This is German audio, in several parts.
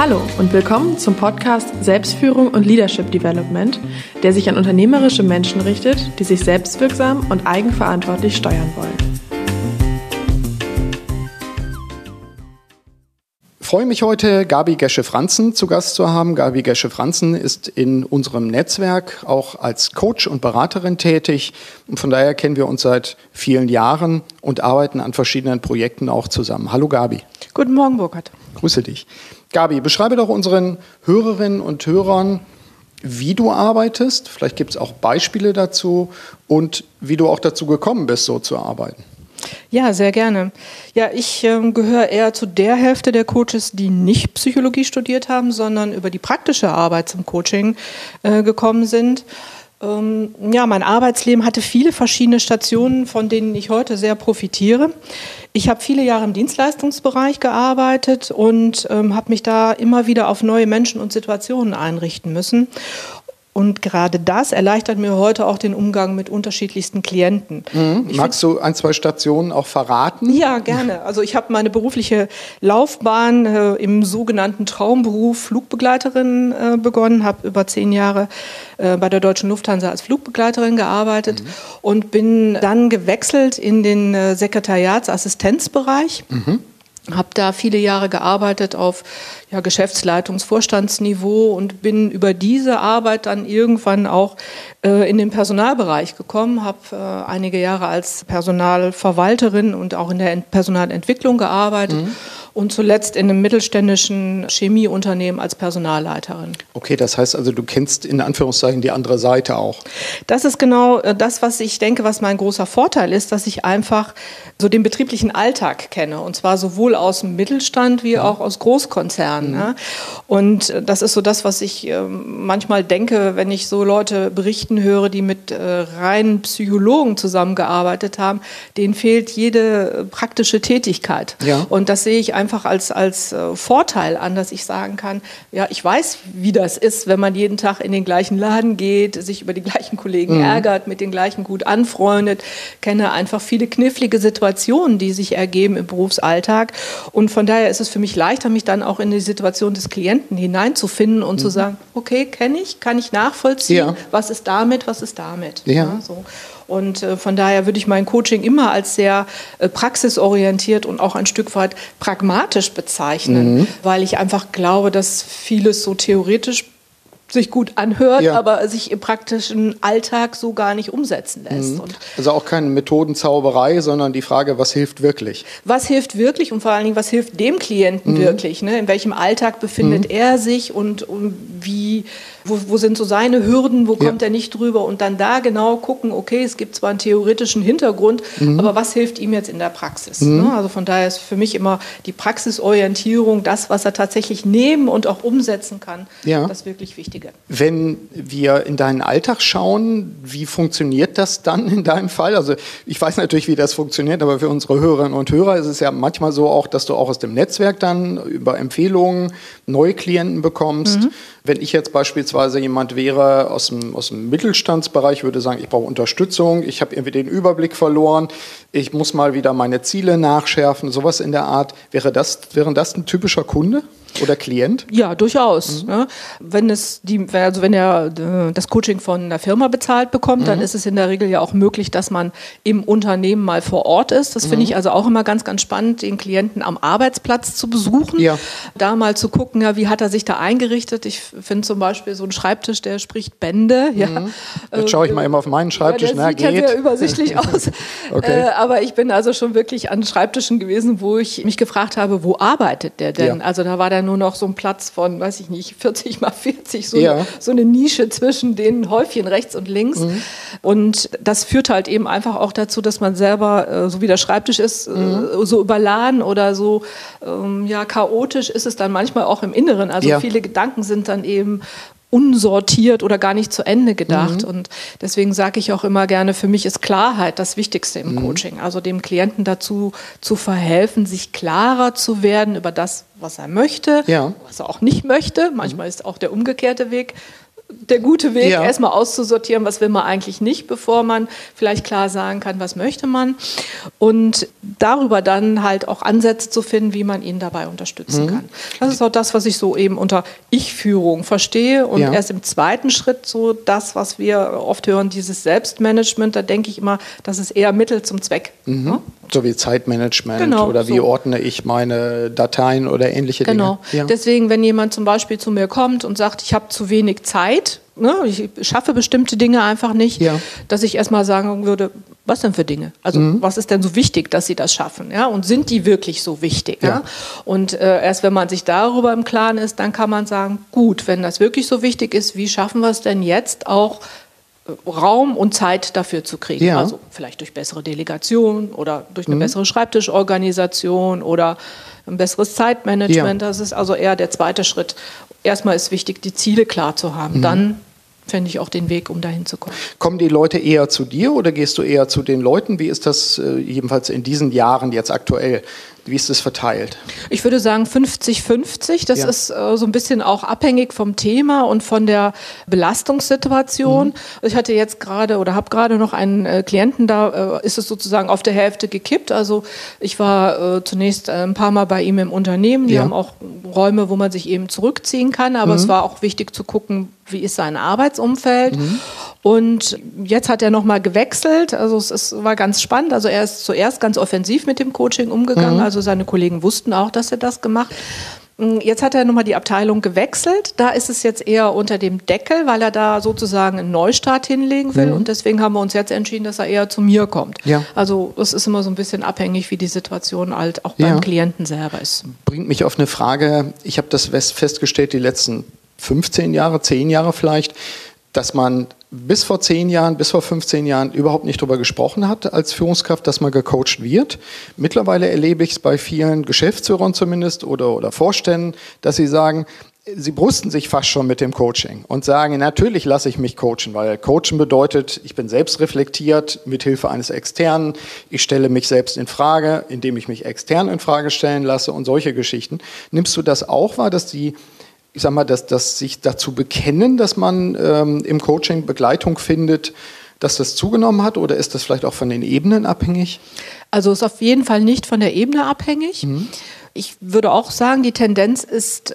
Hallo und willkommen zum Podcast Selbstführung und Leadership Development, der sich an unternehmerische Menschen richtet, die sich selbstwirksam und eigenverantwortlich steuern wollen. Ich freue mich heute, Gabi Gesche-Franzen zu Gast zu haben. Gabi Gesche-Franzen ist in unserem Netzwerk auch als Coach und Beraterin tätig. Und von daher kennen wir uns seit vielen Jahren und arbeiten an verschiedenen Projekten auch zusammen. Hallo Gabi. Guten Morgen, Burkhard. Grüße dich. Gabi, beschreibe doch unseren Hörerinnen und Hörern, wie du arbeitest. Vielleicht gibt es auch Beispiele dazu und wie du auch dazu gekommen bist, so zu arbeiten. Ja, sehr gerne. Ja, ich gehöre eher zu der Hälfte der Coaches, die nicht Psychologie studiert haben, sondern über die praktische Arbeit zum Coaching gekommen sind. Mein Arbeitsleben hatte viele verschiedene Stationen, von denen ich heute sehr profitiere. Ich habe viele Jahre im Dienstleistungsbereich gearbeitet und habe mich da immer wieder auf neue Menschen und Situationen einrichten müssen. Und gerade das erleichtert mir heute auch den Umgang mit unterschiedlichsten Klienten. Magst du ein, zwei Stationen auch verraten? Ja, gerne. Also ich habe meine berufliche Laufbahn im sogenannten Traumberuf Flugbegleiterin begonnen, habe über 10 Jahre bei der Deutschen Lufthansa als Flugbegleiterin gearbeitet und bin dann gewechselt in den Sekretariatsassistenzbereich. Habe da viele Jahre gearbeitet auf Geschäftsleitungs-, Vorstandsniveau und bin über diese Arbeit dann irgendwann auch in den Personalbereich gekommen, habe einige Jahre als Personalverwalterin und auch in der Personalentwicklung gearbeitet und zuletzt in einem mittelständischen Chemieunternehmen als Personalleiterin. Okay, das heißt also, du kennst in Anführungszeichen die andere Seite auch. Das ist genau das, was ich denke, was mein großer Vorteil ist, dass ich einfach so den betrieblichen Alltag kenne und zwar sowohl aus dem Mittelstand wie auch aus Großkonzernen. Ja. Und das ist so das, was ich manchmal denke, wenn ich so Leute berichten höre, die mit reinen Psychologen zusammengearbeitet haben, denen fehlt jede praktische Tätigkeit. Ja. Und das sehe ich einfach als Vorteil an, dass ich sagen kann, ja, ich weiß, wie das ist, wenn man jeden Tag in den gleichen Laden geht, sich über die gleichen Kollegen ärgert, mit den gleichen gut anfreundet, kenne einfach viele knifflige Situationen, die sich ergeben im Berufsalltag. Und von daher ist es für mich leichter, mich dann auch in die Situation des Klienten hineinzufinden und zu sagen, okay, kenne ich, kann ich nachvollziehen, was ist damit, was ist damit. Ja, so. Und von daher würde ich mein Coaching immer als sehr praxisorientiert und auch ein Stück weit pragmatisch bezeichnen, weil ich einfach glaube, dass vieles so theoretisch sich gut anhört, aber sich im praktischen Alltag so gar nicht umsetzen lässt. Und also auch keine Methodenzauberei, sondern die Frage, was hilft wirklich? Was hilft wirklich und vor allen Dingen, was hilft dem Klienten wirklich? Ne? In welchem Alltag befindet er sich und wie, wo sind so seine Hürden, wo kommt er nicht drüber? Und dann da genau gucken, okay, es gibt zwar einen theoretischen Hintergrund, aber was hilft ihm jetzt in der Praxis? Ne? Also von daher ist für mich immer die Praxisorientierung, das, was er tatsächlich nehmen und auch umsetzen kann, das wirklich Wichtige. Wenn wir in deinen Alltag schauen, wie funktioniert das dann in deinem Fall? Also ich weiß natürlich, wie das funktioniert, aber für unsere Hörerinnen und Hörer ist es ja manchmal so auch, dass du auch aus dem Netzwerk dann über Empfehlungen neue Klienten bekommst. Wenn ich jetzt beispielsweise jemand wäre aus dem Mittelstandsbereich, würde sagen, ich brauche Unterstützung, ich habe irgendwie den Überblick verloren, ich muss mal wieder meine Ziele nachschärfen, sowas in der Art. Wäre das ein typischer Kunde oder Klient? Ja, durchaus. Ja. Wenn er das Coaching von einer Firma bezahlt bekommt, dann ist es in der Regel ja auch möglich, dass man im Unternehmen mal vor Ort ist. Das finde ich also auch immer ganz, ganz spannend, den Klienten am Arbeitsplatz zu besuchen, da mal zu gucken, wie hat er sich da eingerichtet. Ich finde zum Beispiel so einen Schreibtisch, der spricht Bände. Jetzt schaue ich mal immer auf meinen Schreibtisch. Der sieht ja sehr übersichtlich aus. Okay. Aber ich bin also schon wirklich an Schreibtischen gewesen, wo ich mich gefragt habe, wo arbeitet der denn? Ja. Also da war dann nur noch so ein Platz von, weiß ich nicht, 40 mal 40, so eine Nische zwischen den Häufchen rechts und links. Und das führt halt eben einfach auch dazu, dass man selber, so wie der Schreibtisch ist, so überladen oder so chaotisch ist es dann manchmal auch im Inneren. Also viele Gedanken sind dann eben unsortiert oder gar nicht zu Ende gedacht. Und deswegen sage ich auch immer gerne, für mich ist Klarheit das Wichtigste im Coaching. Also dem Klienten dazu zu verhelfen, sich klarer zu werden über das, was er möchte, was er auch nicht möchte. Manchmal ist auch der umgekehrte Weg der gute Weg, erstmal auszusortieren, was will man eigentlich nicht, bevor man vielleicht klar sagen kann, was möchte man. Und darüber dann halt auch Ansätze zu finden, wie man ihn dabei unterstützen kann. Das ist auch das, was ich so eben unter Ich-Führung verstehe. Und erst im zweiten Schritt so das, was wir oft hören, dieses Selbstmanagement, da denke ich immer, das ist eher Mittel zum Zweck. Ja? So wie Zeitmanagement oder wie ordne ich meine Dateien oder ähnliche Dinge. Genau. Ja. Deswegen, wenn jemand zum Beispiel zu mir kommt und sagt, ich habe zu wenig Zeit, ich schaffe bestimmte Dinge einfach nicht, dass ich erstmal sagen würde, was denn für Dinge? Also was ist denn so wichtig, dass Sie das schaffen? Ja? Und sind die wirklich so wichtig? Ja? Und erst wenn man sich darüber im Klaren ist, dann kann man sagen, gut, wenn das wirklich so wichtig ist, wie schaffen wir es denn jetzt auch, Raum und Zeit dafür zu kriegen? Ja. Also vielleicht durch bessere Delegation oder durch eine bessere Schreibtischorganisation oder ein besseres Zeitmanagement. Das ist also eher der zweite Schritt. Erstmal ist wichtig, die Ziele klar zu haben. Dann fände ich auch den Weg, um dahin zu kommen. Kommen die Leute eher zu dir oder gehst du eher zu den Leuten? Wie ist das jedenfalls in diesen Jahren jetzt aktuell? Wie ist das verteilt? Ich würde sagen 50-50. Das ist so ein bisschen auch abhängig vom Thema und von der Belastungssituation. Ich hatte jetzt gerade oder habe gerade noch einen Klienten, da ist es sozusagen auf der Hälfte gekippt. Also ich war zunächst ein paar Mal bei ihm im Unternehmen. Die haben auch Räume, wo man sich eben zurückziehen kann. Aber es war auch wichtig zu gucken, wie ist sein Arbeitsumfeld. Und jetzt hat er nochmal gewechselt. Also war ganz spannend. Also er ist zuerst ganz offensiv mit dem Coaching umgegangen. Also seine Kollegen wussten auch, dass er das gemacht hat. Jetzt hat er nochmal die Abteilung gewechselt. Da ist es jetzt eher unter dem Deckel, weil er da sozusagen einen Neustart hinlegen will. Und deswegen haben wir uns jetzt entschieden, dass er eher zu mir kommt. Ja. Also das ist immer so ein bisschen abhängig, wie die Situation halt auch beim Klienten selber ist. Bringt mich auf eine Frage. Ich habe das festgestellt, die letzten 15 Jahre, 10 Jahre vielleicht, dass man bis vor 10 Jahren, bis vor 15 Jahren überhaupt nicht darüber gesprochen hat als Führungskraft, dass man gecoacht wird. Mittlerweile erlebe ich es bei vielen Geschäftsführern zumindest oder Vorständen, dass sie sagen, sie brüsten sich fast schon mit dem Coaching und sagen, natürlich lasse ich mich coachen, weil Coachen bedeutet, ich bin selbst reflektiert mit Hilfe eines Externen, ich stelle mich selbst in Frage, indem ich mich extern in Frage stellen lasse und solche Geschichten. Nimmst du das auch wahr, dass dass sich dazu bekennen, dass man im Coaching Begleitung findet, dass das zugenommen hat, oder ist das vielleicht auch von den Ebenen abhängig? Also ist auf jeden Fall nicht von der Ebene abhängig. Ich würde auch sagen, die Tendenz ist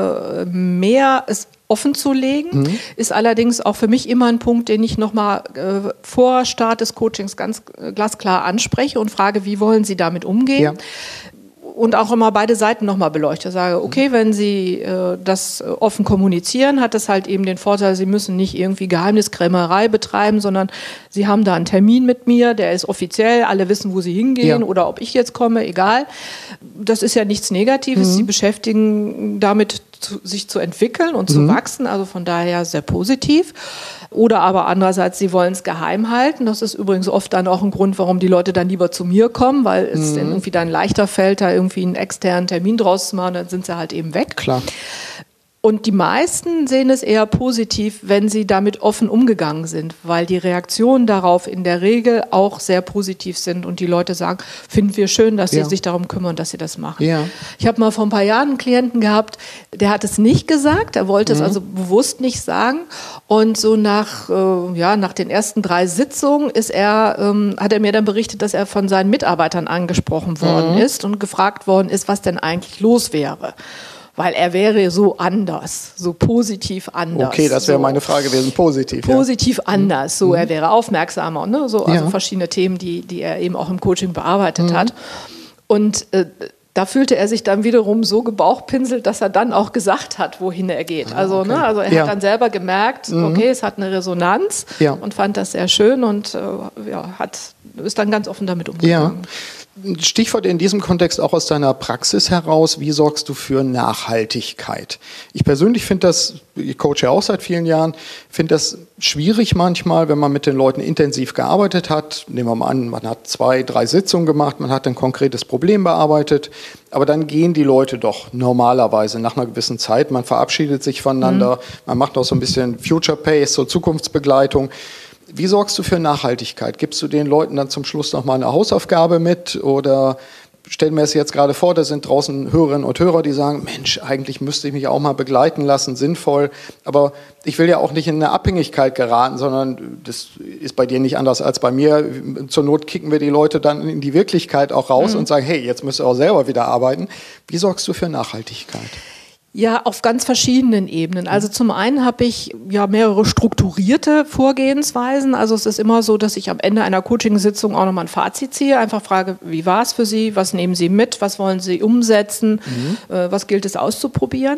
mehr, es offen zu legen, ist allerdings auch für mich immer ein Punkt, den ich nochmal vor Start des Coachings ganz glasklar anspreche und frage, wie wollen Sie damit umgehen? Ja. Und auch immer beide Seiten nochmal beleuchte. Ich sage, okay, wenn Sie das offen kommunizieren, hat das halt eben den Vorteil, Sie müssen nicht irgendwie Geheimniskrämerei betreiben, sondern Sie haben da einen Termin mit mir, der ist offiziell, alle wissen, wo Sie hingehen oder ob ich jetzt komme, egal. Das ist ja nichts Negatives. Sie beschäftigen damit, sich zu entwickeln und zu wachsen, also von daher sehr positiv. Oder aber andererseits, sie wollen es geheim halten. Das ist übrigens oft dann auch ein Grund, warum die Leute dann lieber zu mir kommen, weil es dann irgendwie dann leichter fällt, da irgendwie einen externen Termin draus zu machen, dann sind sie halt eben weg. Klar. Und die meisten sehen es eher positiv, wenn sie damit offen umgegangen sind, weil die Reaktionen darauf in der Regel auch sehr positiv sind und die Leute sagen, finden wir schön, dass sie sich darum kümmern, dass sie das machen. Ja. Ich habe mal vor ein paar Jahren einen Klienten gehabt, der hat es nicht gesagt, er wollte es also bewusst nicht sagen und so nach den ersten 3 Sitzungen hat er mir dann berichtet, dass er von seinen Mitarbeitern angesprochen worden ist und gefragt worden ist, was denn eigentlich los wäre. Weil er wäre so anders, so positiv anders. Okay, das wäre meine Frage gewesen, positiv. Positiv anders, so er wäre aufmerksamer, ne? So, also verschiedene Themen, die er eben auch im Coaching bearbeitet hat. Und da fühlte er sich dann wiederum so gebauchpinselt, dass er dann auch gesagt hat, wohin er geht. Also, er hat dann selber gemerkt, okay, es hat eine Resonanz und fand das sehr schön und ist dann ganz offen damit umgegangen. Ja. Stichwort in diesem Kontext auch aus deiner Praxis heraus, wie sorgst du für Nachhaltigkeit? Ich persönlich finde das, ich coache ja auch seit vielen Jahren, finde das schwierig manchmal, wenn man mit den Leuten intensiv gearbeitet hat. Nehmen wir mal an, man hat 2, 3 Sitzungen gemacht, man hat ein konkretes Problem bearbeitet, aber dann gehen die Leute doch normalerweise nach einer gewissen Zeit, man verabschiedet sich voneinander, man macht auch so ein bisschen Future Pace, so Zukunftsbegleitung. Wie sorgst du für Nachhaltigkeit? Gibst du den Leuten dann zum Schluss noch mal eine Hausaufgabe mit oder stelle mir es jetzt gerade vor, da sind draußen Hörerinnen und Hörer, die sagen, Mensch, eigentlich müsste ich mich auch mal begleiten lassen, sinnvoll, aber ich will ja auch nicht in eine Abhängigkeit geraten, sondern das ist bei dir nicht anders als bei mir. Zur Not kicken wir die Leute dann in die Wirklichkeit auch raus und sagen, hey, jetzt müsst ihr auch selber wieder arbeiten. Wie sorgst du für Nachhaltigkeit? Ja, auf ganz verschiedenen Ebenen. Also zum einen habe ich ja mehrere strukturierte Vorgehensweisen. Also es ist immer so, dass ich am Ende einer Coaching-Sitzung auch nochmal ein Fazit ziehe, einfach frage, wie war es für Sie, was nehmen Sie mit, was wollen Sie umsetzen, was gilt es auszuprobieren.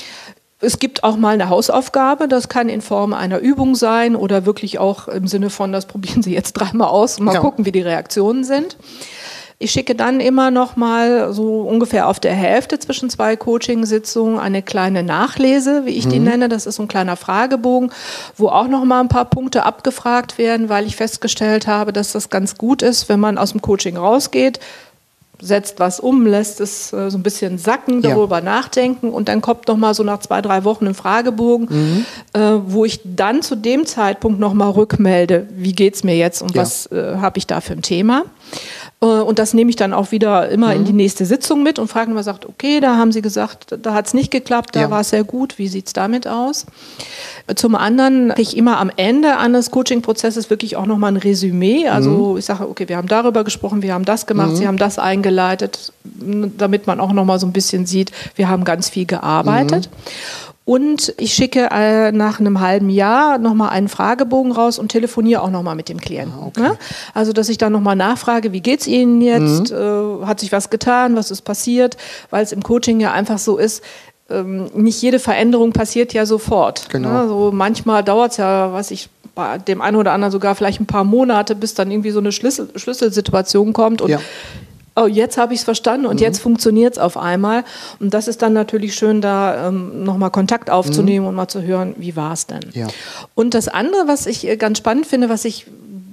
Es gibt auch mal eine Hausaufgabe, das kann in Form einer Übung sein oder wirklich auch im Sinne von, das probieren Sie jetzt 3-mal aus und mal gucken, wie die Reaktionen sind. Ich schicke dann immer noch mal so ungefähr auf der Hälfte zwischen 2 Coaching-Sitzungen eine kleine Nachlese, wie ich die nenne. Das ist so ein kleiner Fragebogen, wo auch noch mal ein paar Punkte abgefragt werden, weil ich festgestellt habe, dass das ganz gut ist, wenn man aus dem Coaching rausgeht, setzt was um, lässt es so ein bisschen sacken, darüber nachdenken und dann kommt noch mal so nach 2-3 Wochen ein Fragebogen, wo ich dann zu dem Zeitpunkt noch mal rückmelde, wie geht's mir jetzt und was habe ich da für ein Thema. Und das nehme ich dann auch wieder immer in die nächste Sitzung mit und frage immer, sagt, okay, da haben Sie gesagt, da hat es nicht geklappt, da war es sehr gut, wie sieht es damit aus? Zum anderen kriege ich immer am Ende eines Coaching-Prozesses wirklich auch nochmal ein Resümee. Also ich sage, okay, wir haben darüber gesprochen, wir haben das gemacht, Sie haben das eingeleitet, damit man auch nochmal so ein bisschen sieht, wir haben ganz viel gearbeitet. Und ich schicke nach einem halben Jahr nochmal einen Fragebogen raus und telefoniere auch nochmal mit dem Klienten. Okay. Ne? Also, dass ich dann nochmal nachfrage, wie geht's Ihnen jetzt? Hat sich was getan? Was ist passiert? Weil es im Coaching ja einfach so ist, nicht jede Veränderung passiert ja sofort. Genau. Ne? So manchmal dauert es ja, bei dem einen oder anderen sogar vielleicht ein paar Monate, bis dann irgendwie so eine Schlüsselsituation kommt und oh, jetzt habe ich es verstanden und jetzt funktioniert es auf einmal. Und das ist dann natürlich schön, da nochmal Kontakt aufzunehmen und mal zu hören, wie war es denn? Ja. Und das andere, was ich ganz spannend finde, was ich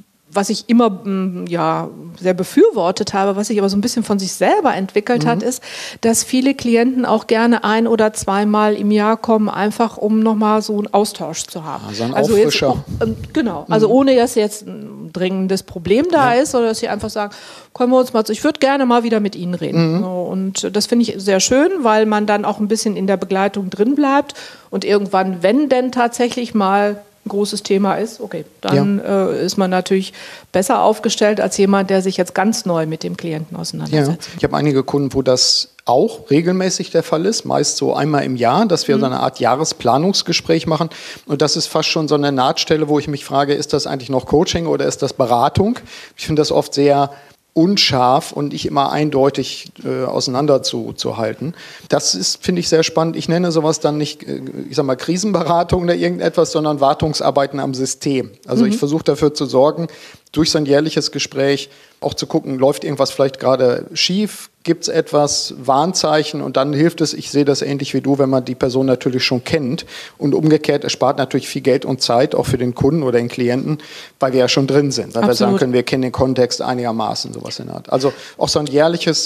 immer sehr befürwortet habe, was sich aber so ein bisschen von sich selber entwickelt hat, ist, dass viele Klienten auch gerne 1- oder 2-mal im Jahr kommen, einfach um nochmal so einen Austausch zu haben. Also ein Auffrischer. Genau, also ohne dass jetzt ein dringendes Problem da ist, oder dass sie einfach sagen, können wir uns mal, ich würde gerne mal wieder mit Ihnen reden. So, und das finde ich sehr schön, weil man dann auch ein bisschen in der Begleitung drin bleibt und irgendwann, wenn denn tatsächlich mal ein großes Thema ist, okay, dann ist man natürlich besser aufgestellt als jemand, der sich jetzt ganz neu mit dem Klienten auseinandersetzt. Ja. Ich habe einige Kunden, wo das auch regelmäßig der Fall ist, meist so einmal im Jahr, dass wir so eine Art Jahresplanungsgespräch machen. Und das ist fast schon so eine Nahtstelle, wo ich mich frage, ist das eigentlich noch Coaching oder ist das Beratung? Ich finde das oft sehr unscharf und nicht immer eindeutig auseinander zu halten. Das ist, finde ich, sehr spannend. Ich nenne sowas dann nicht, ich sag mal, Krisenberatung oder irgendetwas, sondern Wartungsarbeiten am System. Also ich versuche dafür zu sorgen, durch so ein jährliches Gespräch auch zu gucken, läuft irgendwas vielleicht gerade schief, gibt es etwas, Warnzeichen und dann hilft es, ich sehe das ähnlich wie du, wenn man die Person natürlich schon kennt und umgekehrt, es spart natürlich viel Geld und Zeit, auch für den Kunden oder den Klienten, weil wir ja schon drin sind, weil wir sagen können, wir kennen den Kontext einigermaßen, sowas in der Art. Also auch so ein jährliches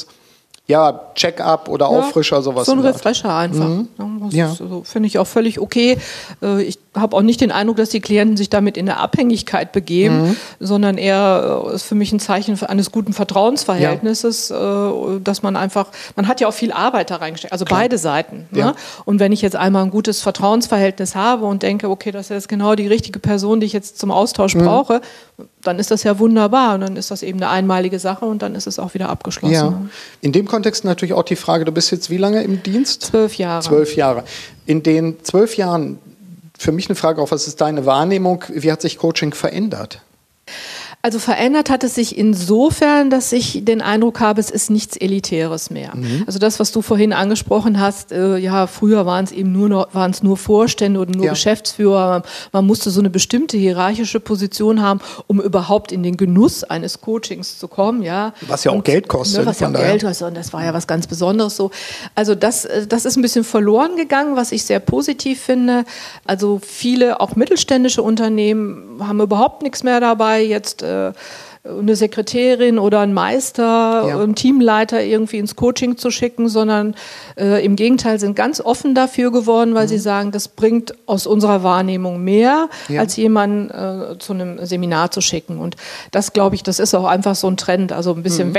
Check-up oder Auffrischer, sowas. So ein Refresher einfach. So, finde ich auch völlig okay. Ich habe auch nicht den Eindruck, dass die Klienten sich damit in eine Abhängigkeit begeben, sondern eher ist für mich ein Zeichen eines guten Vertrauensverhältnisses, dass man hat ja auch viel Arbeit da reingesteckt, also beide Seiten. Ne? Und wenn ich jetzt einmal ein gutes Vertrauensverhältnis habe und denke, okay, das ist jetzt genau die richtige Person, die ich jetzt zum Austausch brauche, dann ist das ja wunderbar und dann ist das eben eine einmalige Sache und dann ist es auch wieder abgeschlossen. Ja. In dem Kontext natürlich auch die Frage, du bist jetzt wie lange im Dienst? 12 Jahre. 12 Jahre. In den 12 Jahren, für mich eine Frage auch, was ist deine Wahrnehmung, wie hat sich Coaching verändert? Also verändert hat es sich insofern, dass ich den Eindruck habe, es ist nichts Elitäres mehr. Also das, was du vorhin angesprochen hast, früher waren es eben nur Vorstände oder nur Geschäftsführer. Man musste so eine bestimmte hierarchische Position haben, um überhaupt in den Genuss eines Coachings zu kommen. Ja. Was ja auch Geld kostet. Was ja auch Geld kostet und das war ja was ganz Besonderes so. Also das ist ein bisschen verloren gegangen, was ich sehr positiv finde. Also viele, auch mittelständische Unternehmen haben überhaupt nichts mehr dabei, jetzt eine Sekretärin oder einen Meister, einen Teamleiter irgendwie ins Coaching zu schicken, sondern im Gegenteil sind ganz offen dafür geworden, weil sie sagen, das bringt aus unserer Wahrnehmung mehr, als jemanden zu einem Seminar zu schicken. Und das, glaube ich, das ist auch einfach so ein Trend, also ein bisschen weg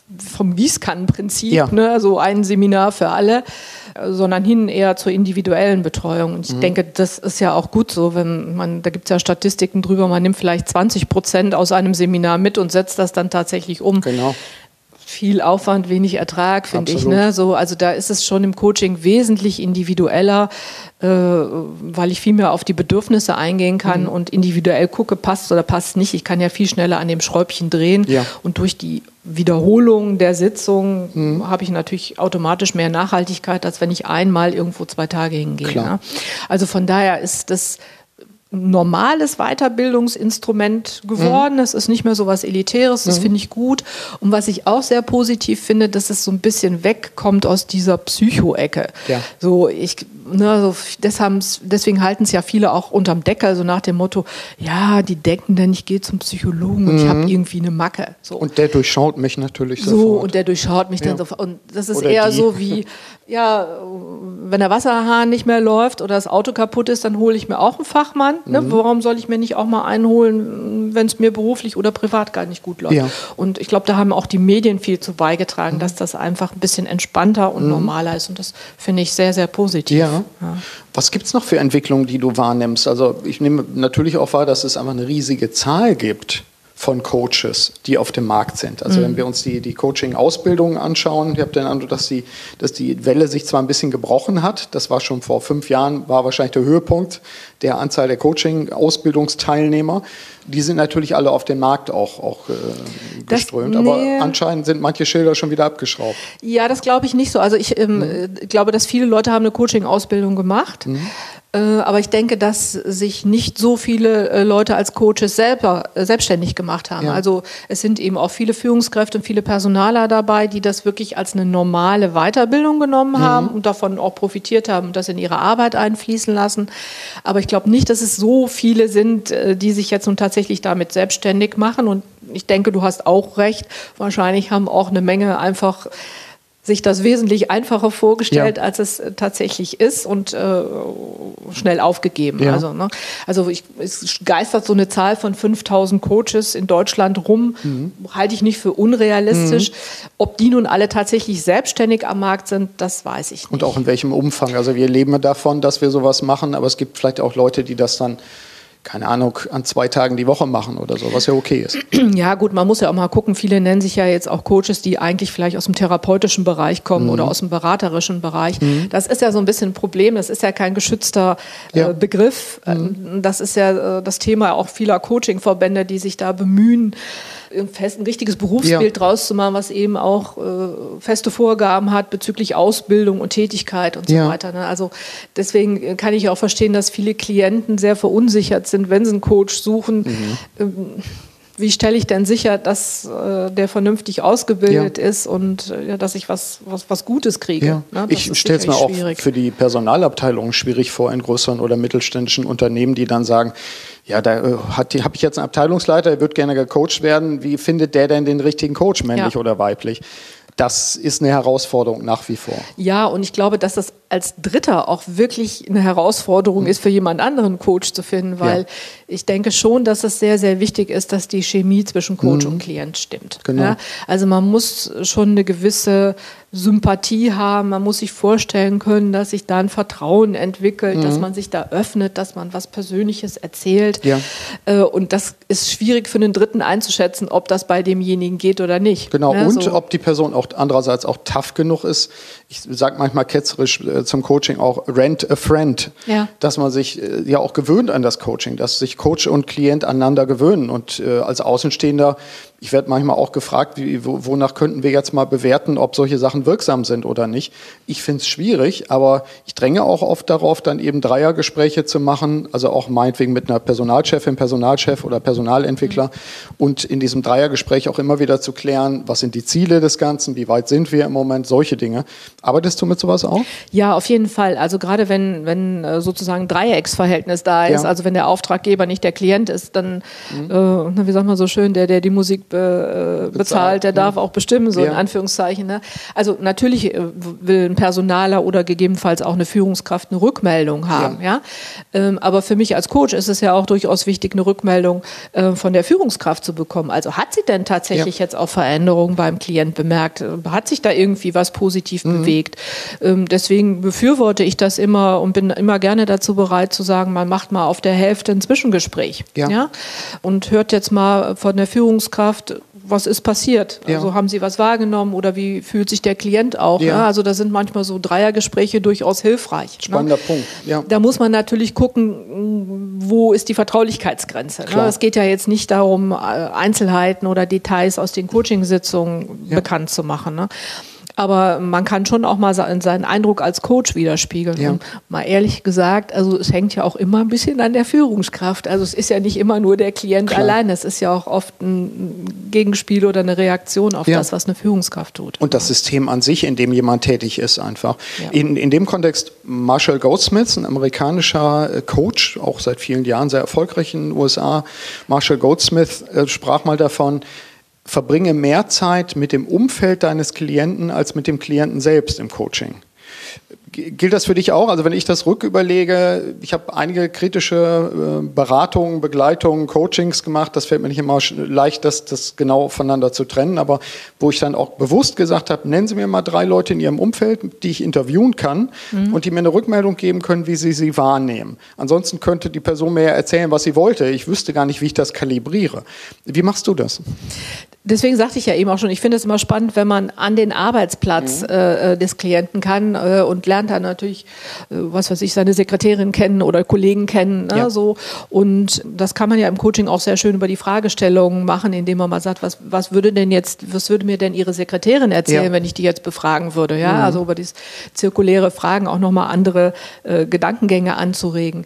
vom Gießkannenprinzip, ne, so ein Seminar für alle, sondern hin eher zur individuellen Betreuung. Und ich denke, das ist ja auch gut so, da gibt es ja Statistiken drüber, man nimmt vielleicht 20% aus einem Seminar mit und setzt das dann tatsächlich um. Genau. Viel Aufwand, wenig Ertrag, finde ich. Ne? So, also da ist es schon im Coaching wesentlich individueller, weil ich viel mehr auf die Bedürfnisse eingehen kann und individuell gucke, passt oder passt nicht. Ich kann ja viel schneller an dem Schräubchen drehen und durch die Wiederholung der Sitzung habe ich natürlich automatisch mehr Nachhaltigkeit, als wenn ich einmal irgendwo 2 Tage hingehe. Ne? Also von daher ist das normales Weiterbildungsinstrument geworden. Es ist nicht mehr so was Elitäres, das finde ich gut. Und was ich auch sehr positiv finde, dass es so ein bisschen wegkommt aus dieser Psycho-Ecke. Ja. So, deswegen halten es ja viele auch unterm Deckel, so nach dem Motto, ja, die denken dann, ich gehe zum Psychologen und ich habe irgendwie eine Macke. So. Und der durchschaut mich natürlich sofort. So, und der durchschaut mich dann sofort. Und das ist eher so wie, wenn der Wasserhahn nicht mehr läuft oder das Auto kaputt ist, dann hole ich mir auch einen Fachmann. Ne? Warum soll ich mir nicht auch mal einen holen, wenn es mir beruflich oder privat gar nicht gut läuft? Ja. Und ich glaube, da haben auch die Medien viel zu beigetragen, dass das einfach ein bisschen entspannter und normaler ist. Und das finde ich sehr, sehr positiv. Ja. Was gibt es noch für Entwicklungen, die du wahrnimmst? Also ich nehme natürlich auch wahr, dass es einfach eine riesige Zahl gibt von Coaches, die auf dem Markt sind. Also wenn wir uns die Coaching-Ausbildungen anschauen, ich habe den Eindruck, dass die Welle sich zwar ein bisschen gebrochen hat, das war schon vor 5 Jahren, war wahrscheinlich der Höhepunkt der Anzahl der Coaching-Ausbildungsteilnehmer. Die sind natürlich alle auf den Markt auch geströmt, aber anscheinend sind manche Schilder schon wieder abgeschraubt. Ja, das glaube ich nicht so. Also ich glaube, dass viele Leute haben eine Coaching-Ausbildung gemacht. Aber ich denke, dass sich nicht so viele Leute als Coaches selbstständig gemacht haben. Ja. Also es sind eben auch viele Führungskräfte und viele Personaler dabei, die das wirklich als eine normale Weiterbildung genommen haben und davon auch profitiert haben und das in ihre Arbeit einfließen lassen. Aber ich glaube nicht, dass es so viele sind, die sich jetzt nun tatsächlich damit selbstständig machen. Und ich denke, du hast auch recht. Wahrscheinlich haben auch eine Menge einfach sich das wesentlich einfacher vorgestellt, als es tatsächlich ist und schnell aufgegeben. Ja. Also es geistert so eine Zahl von 5.000 Coaches in Deutschland rum, halte ich nicht für unrealistisch. Ob die nun alle tatsächlich selbstständig am Markt sind, das weiß ich nicht. Und auch in welchem Umfang. Also wir leben davon, dass wir sowas machen, aber es gibt vielleicht auch Leute, die das dann keine Ahnung, an 2 Tagen die Woche machen oder so, was ja okay ist. Ja gut, man muss ja auch mal gucken, viele nennen sich ja jetzt auch Coaches, die eigentlich vielleicht aus dem therapeutischen Bereich kommen oder aus dem beraterischen Bereich. Das ist ja so ein bisschen ein Problem, das ist ja kein geschützter Begriff. Das ist ja das Thema auch vieler Coachingverbände, die sich da bemühen, ein richtiges Berufsbild draus zu machen, was eben auch feste Vorgaben hat bezüglich Ausbildung und Tätigkeit und so weiter. Ne? Also deswegen kann ich auch verstehen, dass viele Klienten sehr verunsichert sind, wenn sie einen Coach suchen. Wie stelle ich denn sicher, dass der vernünftig ausgebildet ist und dass ich was Gutes kriege? Ja. Ne? Ich stelle es mir auch für die Personalabteilung schwierig vor in größeren oder mittelständischen Unternehmen, die dann sagen, ja, da habe ich jetzt einen Abteilungsleiter, der wird gerne gecoacht werden. Wie findet der denn den richtigen Coach, männlich oder weiblich? Das ist eine Herausforderung nach wie vor. Ja, und ich glaube, dass das als Dritter auch wirklich eine Herausforderung ist, für jemand anderen Coach zu finden, weil ich denke schon, dass es sehr, sehr wichtig ist, dass die Chemie zwischen Coach und Klient stimmt. Genau. Ja? Also man muss schon eine gewisse Sympathie haben, man muss sich vorstellen können, dass sich da ein Vertrauen entwickelt, dass man sich da öffnet, dass man was Persönliches erzählt. Ja. Und das ist schwierig für den Dritten einzuschätzen, ob das bei demjenigen geht oder nicht. Genau, ja, und ob die Person auch andererseits auch tough genug ist. Ich sage manchmal ketzerisch zum Coaching auch rent a friend, dass man sich ja auch gewöhnt an das Coaching, dass sich Coach und Klient aneinander gewöhnen. Und als Außenstehender, ich werde manchmal auch gefragt, wonach könnten wir jetzt mal bewerten, ob solche Sachen wirksam sind oder nicht. Ich finde es schwierig, aber ich dränge auch oft darauf, dann eben Dreiergespräche zu machen, also auch meinetwegen mit einer Personalchefin, Personalchef oder Personalentwickler und in diesem Dreiergespräch auch immer wieder zu klären, was sind die Ziele des Ganzen, wie weit sind wir im Moment, solche Dinge. Arbeitest du mit sowas auch? Ja, auf jeden Fall. Also gerade wenn sozusagen ein Dreiecksverhältnis da ist, also wenn der Auftraggeber nicht der Klient ist, dann, wie sagt man so schön, der die Musik bezahlt, der darf auch bestimmen, so in Anführungszeichen. Ne? Also natürlich will ein Personaler oder gegebenenfalls auch eine Führungskraft eine Rückmeldung haben. Ja. Aber für mich als Coach ist es ja auch durchaus wichtig, eine Rückmeldung von der Führungskraft zu bekommen. Also hat sie denn tatsächlich jetzt auch Veränderungen beim Klient bemerkt? Hat sich da irgendwie was positiv bewegt? Deswegen befürworte ich das immer und bin immer gerne dazu bereit zu sagen, man macht mal auf der Hälfte ein Zwischengespräch. Ja? Und hört jetzt mal von der Führungskraft, was ist passiert? Also haben Sie was wahrgenommen oder wie fühlt sich der Klient auch? Ja. Also da sind manchmal so Dreiergespräche durchaus hilfreich. Spannender Punkt. Ja. Da muss man natürlich gucken, wo ist die Vertraulichkeitsgrenze. Ne? Es geht ja jetzt nicht darum, Einzelheiten oder Details aus den Coachingsitzungen bekannt zu machen. Ne? Aber man kann schon auch mal seinen Eindruck als Coach widerspiegeln. Ja. Und mal ehrlich gesagt, also es hängt ja auch immer ein bisschen an der Führungskraft. Also es ist ja nicht immer nur der Klient allein. Es ist ja auch oft ein Gegenspiel oder eine Reaktion auf das, was eine Führungskraft tut. Und das System an sich, in dem jemand tätig ist einfach. Ja. In dem Kontext, Marshall Goldsmith, ein amerikanischer Coach, auch seit vielen Jahren sehr erfolgreich in den USA. Marshall Goldsmith sprach mal davon, verbringe mehr Zeit mit dem Umfeld deines Klienten als mit dem Klienten selbst im Coaching. Gilt das für dich auch? Also wenn ich das rücküberlege, ich habe einige kritische Beratungen, Begleitungen, Coachings gemacht. Das fällt mir nicht immer leicht, das genau voneinander zu trennen. Aber wo ich dann auch bewusst gesagt habe, nennen Sie mir mal 3 Leute in Ihrem Umfeld, die ich interviewen kann und die mir eine Rückmeldung geben können, wie sie wahrnehmen. Ansonsten könnte die Person mir ja erzählen, was sie wollte. Ich wüsste gar nicht, wie ich das kalibriere. Wie machst du das? Deswegen sagte ich ja eben auch schon, ich finde es immer spannend, wenn man an den Arbeitsplatz des Klienten kann und lernt dann natürlich, was weiß ich, seine Sekretärin kennen oder Kollegen kennen. Ne, so. Und das kann man ja im Coaching auch sehr schön über die Fragestellungen machen, indem man mal sagt, was würde mir denn Ihre Sekretärin erzählen, wenn ich die jetzt befragen würde? Ja? Also über dieses zirkuläre Fragen auch nochmal andere Gedankengänge anzuregen.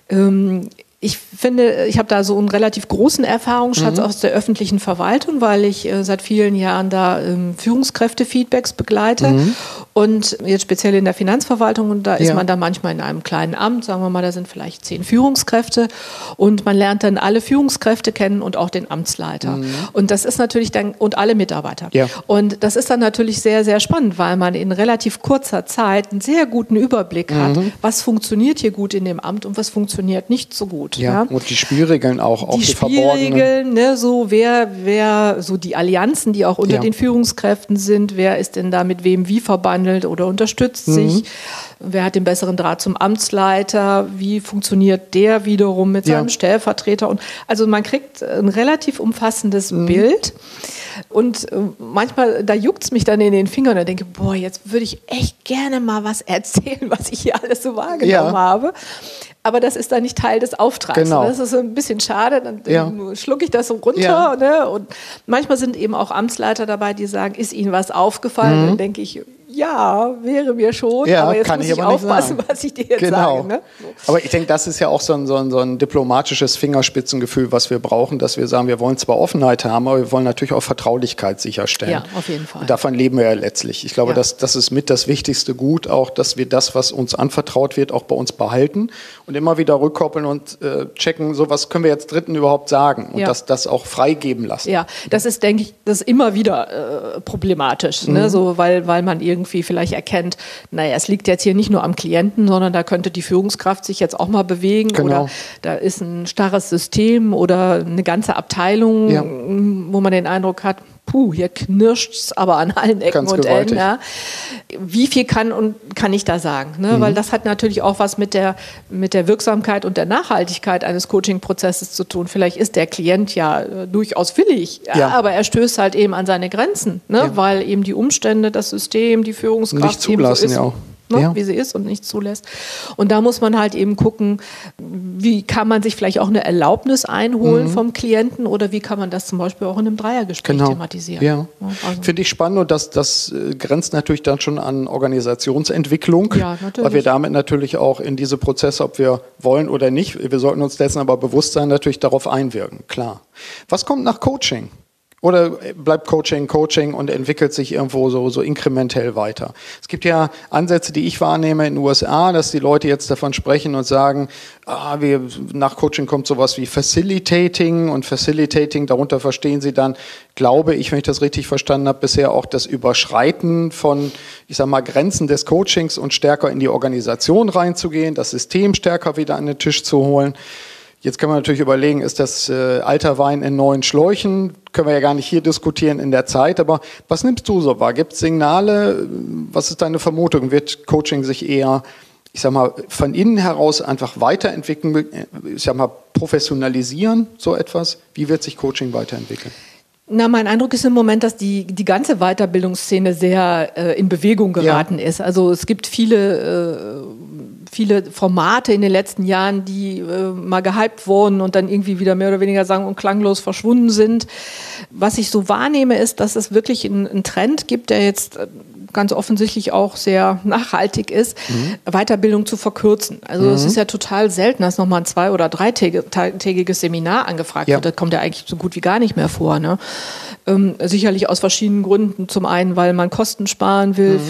Ich finde, ich habe da so einen relativ großen Erfahrungsschatz aus der öffentlichen Verwaltung, weil ich seit vielen Jahren da Führungskräfte-Feedbacks begleite und jetzt speziell in der Finanzverwaltung und da ist man dann manchmal in einem kleinen Amt, sagen wir mal, da sind vielleicht 10 Führungskräfte und man lernt dann alle Führungskräfte kennen und auch den Amtsleiter und das ist natürlich dann, und alle Mitarbeiter. Ja. Und das ist dann natürlich sehr, sehr spannend, weil man in relativ kurzer Zeit einen sehr guten Überblick hat, was funktioniert hier gut in dem Amt und was funktioniert nicht so gut. Ja, und die Spielregeln auch die Spielregeln, ne, so wer so die Allianzen, die auch unter den Führungskräften sind, wer ist denn da mit wem wie verbandelt oder unterstützt sich, wer hat den besseren Draht zum Amtsleiter, wie funktioniert der wiederum mit seinem Stellvertreter und also man kriegt ein relativ umfassendes Bild und manchmal, da juckt es mich dann in den Fingern und da denke, boah, jetzt würde ich echt gerne mal was erzählen, was ich hier alles so wahrgenommen habe. Aber das ist dann nicht Teil des Auftrags. Genau. Das ist so ein bisschen schade, dann schlucke ich das so runter. Ja. Ne? Und manchmal sind eben auch Amtsleiter dabei, die sagen, ist Ihnen was aufgefallen? Dann denke ich, ja, wäre mir schon, aber jetzt muss ich aufpassen, was ich dir jetzt sage. Ne? So. Aber ich denke, das ist ja auch so ein diplomatisches Fingerspitzengefühl, was wir brauchen, dass wir sagen, wir wollen zwar Offenheit haben, aber wir wollen natürlich auch Vertraulichkeit sicherstellen. Ja, auf jeden Fall. Und davon leben wir ja letztlich. Ich glaube, das ist mit das wichtigste Gut, auch, dass wir das, was uns anvertraut wird, auch bei uns behalten und immer wieder rückkoppeln und checken, so was können wir jetzt Dritten überhaupt sagen und das auch freigeben lassen. Ja, das ist, denke ich, das ist immer wieder problematisch, ne? So, weil man irgendwie vielleicht erkennt, naja, es liegt jetzt hier nicht nur am Klienten, sondern da könnte die Führungskraft sich jetzt auch mal bewegen oder da ist ein starres System oder eine ganze Abteilung, wo man den Eindruck hat, hier knirscht es aber an allen Ecken ganz und gewaltig. Enden. Ja. Wie viel kann ich da sagen? Ne? Weil das hat natürlich auch was mit der Wirksamkeit und der Nachhaltigkeit eines Coaching-Prozesses zu tun. Vielleicht ist der Klient ja durchaus willig, aber er stößt halt eben an seine Grenzen, ne? Weil eben die Umstände, das System, die Führungskraft nicht zulassen, eben so ist. Wie sie ist und nicht zulässt. Und da muss man halt eben gucken, wie kann man sich vielleicht auch eine Erlaubnis einholen vom Klienten oder wie kann man das zum Beispiel auch in einem Dreiergespräch thematisieren. Ja. Also. Finde ich spannend und das grenzt natürlich dann schon an Organisationsentwicklung, weil wir damit natürlich auch in diese Prozesse, ob wir wollen oder nicht, wir sollten uns dessen aber bewusst sein, natürlich darauf einwirken, klar. Was kommt nach Coaching? Oder bleibt Coaching und entwickelt sich irgendwo so inkrementell weiter? Es gibt ja Ansätze, die ich wahrnehme in den USA, dass die Leute jetzt davon sprechen und sagen, nach Coaching kommt sowas wie Facilitating, und Facilitating, darunter verstehen sie dann, glaube ich, wenn ich das richtig verstanden habe, bisher auch das Überschreiten von, ich sag mal, Grenzen des Coachings und stärker in die Organisation reinzugehen, das System stärker wieder an den Tisch zu holen. Jetzt kann man natürlich überlegen, ist das alter Wein in neuen Schläuchen? Können wir ja gar nicht hier diskutieren in der Zeit. Aber was nimmst du so wahr? Gibt es Signale? Was ist deine Vermutung? Wird Coaching sich eher, ich sag mal, von innen heraus einfach weiterentwickeln, ich sag mal, professionalisieren, so etwas? Wie wird sich Coaching weiterentwickeln? Na, mein Eindruck ist im Moment, dass die ganze Weiterbildungsszene sehr in Bewegung geraten ist. Also es gibt viele Formate in den letzten Jahren, die mal gehypt wurden und dann irgendwie wieder mehr oder weniger sang- und klanglos verschwunden sind. Was ich so wahrnehme, ist, dass es wirklich einen Trend gibt, der jetzt ganz offensichtlich auch sehr nachhaltig ist, Weiterbildung zu verkürzen. Also es ist ja total selten, dass nochmal ein 2- oder 3-tägiges Seminar angefragt wird. Das kommt ja eigentlich so gut wie gar nicht mehr vor. Ne? Sicherlich aus verschiedenen Gründen. Zum einen, weil man Kosten sparen will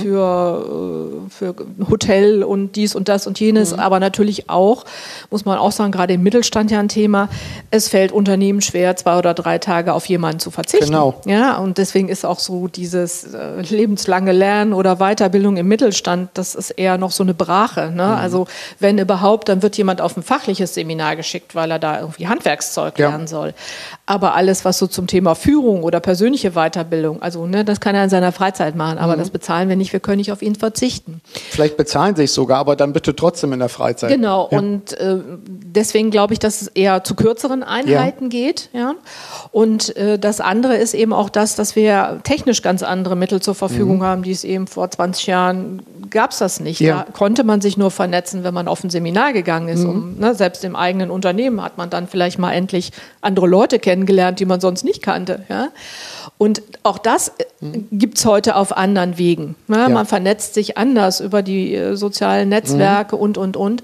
für Hotel und dies und das und jenes, aber natürlich auch, muss man auch sagen, gerade im Mittelstand ja ein Thema, es fällt Unternehmen schwer, 2 oder 3 Tage auf jemanden zu verzichten. Genau. Ja, und deswegen ist auch so dieses lebenslange Lernen oder Weiterbildung im Mittelstand, das ist eher noch so eine Brache. Ne? Also wenn überhaupt, dann wird jemand auf ein fachliches Seminar geschickt, weil er da irgendwie Handwerkszeug lernen soll. Aber alles, was so zum Thema Führung oder persönliche Weiterbildung, also ne, das kann er in seiner Freizeit machen, aber das bezahlen wir nicht, wir können nicht auf ihn verzichten. Vielleicht bezahlen sie es sogar, aber dann bitte trotzdem in der Freizeit. Genau, und deswegen glaube ich, dass es eher zu kürzeren Einheiten geht. Ja? Und das andere ist eben auch das, dass wir technisch ganz andere Mittel zur Verfügung haben, die es eben vor 20 Jahren gab es das nicht. Da konnte man sich nur vernetzen, wenn man auf ein Seminar gegangen ist. Selbst im eigenen Unternehmen hat man dann vielleicht mal endlich andere Leute kennengelernt, die man sonst nicht kannte. Ja? Und auch das gibt es heute auf anderen Wegen. Ja? Man vernetzt sich anders über die sozialen Netzwerke und. Und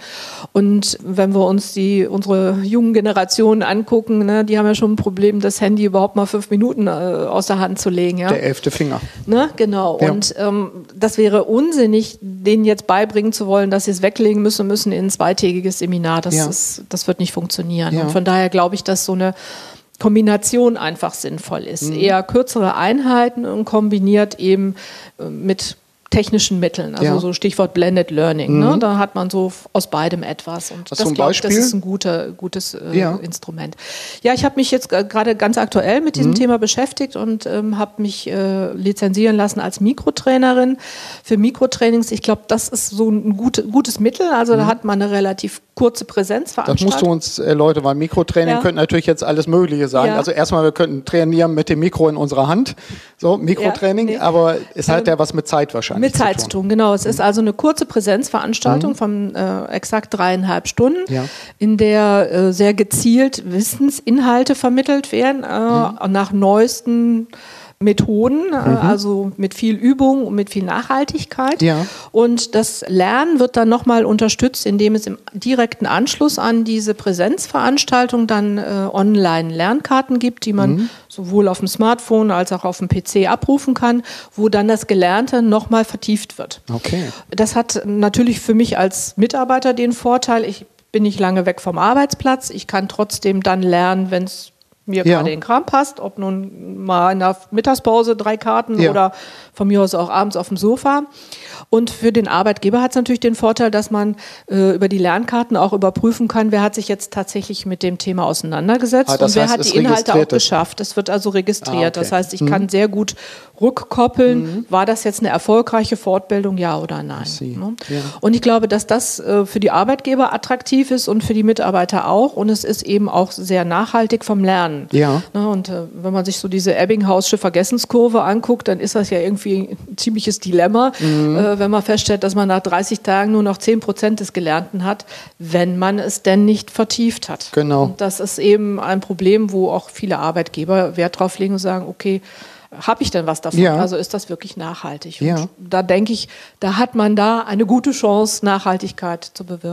wenn wir uns unsere jungen Generationen angucken, ne, die haben ja schon ein Problem, das Handy überhaupt mal 5 Minuten aus der Hand zu legen. Ja? Der 11. Finger. Ne? Genau. Ja. Und das wäre unsinnig, denen jetzt beibringen zu wollen, dass sie es weglegen müssen in ein 2-tägiges Seminar. Das wird nicht funktionieren. Und von daher glaube ich, dass so eine Kombination einfach sinnvoll ist. Eher kürzere Einheiten und kombiniert eben mit technischen Mitteln, also so Stichwort Blended Learning. Ne? Da hat man so aus beidem etwas. Und das ist ein gutes Instrument. Ja, ich habe mich jetzt gerade ganz aktuell mit diesem Thema beschäftigt und habe mich lizenzieren lassen als Mikrotrainerin für Mikrotrainings. Ich glaube, das ist so ein gutes Mittel. Also da hat man eine relativ kurze Präsenzveranstaltung. Das musst du uns erläutern, weil Mikrotraining könnte natürlich jetzt alles Mögliche sein. Ja. Also erstmal, wir könnten trainieren mit dem Mikro in unserer Hand, so Mikrotraining, aber es hat ja was mit Zeit wahrscheinlich mit Zeit zu tun, genau. Es ist also eine kurze Präsenzveranstaltung von exakt 3,5 Stunden, in der sehr gezielt Wissensinhalte vermittelt werden, nach neuesten Methoden, also mit viel Übung und mit viel Nachhaltigkeit. Ja. Und das Lernen wird dann nochmal unterstützt, indem es im direkten Anschluss an diese Präsenzveranstaltung dann Online-Lernkarten gibt, die man sowohl auf dem Smartphone als auch auf dem PC abrufen kann, wo dann das Gelernte nochmal vertieft wird. Okay. Das hat natürlich für mich als Mitarbeiter den Vorteil, ich bin nicht lange weg vom Arbeitsplatz, ich kann trotzdem dann lernen, wenn es mir gerade in den Kram passt, ob nun mal in der Mittagspause 3 Karten oder von mir aus auch abends auf dem Sofa. Und für den Arbeitgeber hat es natürlich den Vorteil, dass man über die Lernkarten auch überprüfen kann, wer hat sich jetzt tatsächlich mit dem Thema auseinandergesetzt und wer hat die Inhalte auch geschafft. Es wird also registriert. Das heißt, ich kann sehr gut rückkoppeln, war das jetzt eine erfolgreiche Fortbildung, ja oder nein. Und ich glaube, dass das für die Arbeitgeber attraktiv ist und für die Mitarbeiter auch. Und es ist eben auch sehr nachhaltig vom Lernen. Ja. Und wenn man sich so diese Ebbinghaus'sche Vergessenskurve anguckt, dann ist das ja irgendwie ein ziemliches Dilemma, wenn man feststellt, dass man nach 30 Tagen nur noch 10% des Gelernten hat, wenn man es denn nicht vertieft hat. Genau. Und das ist eben ein Problem, wo auch viele Arbeitgeber Wert drauf legen und sagen, okay, habe ich denn was davon? Ja. Also ist das wirklich nachhaltig? Und da denke ich, da hat man eine gute Chance, Nachhaltigkeit zu bewirken.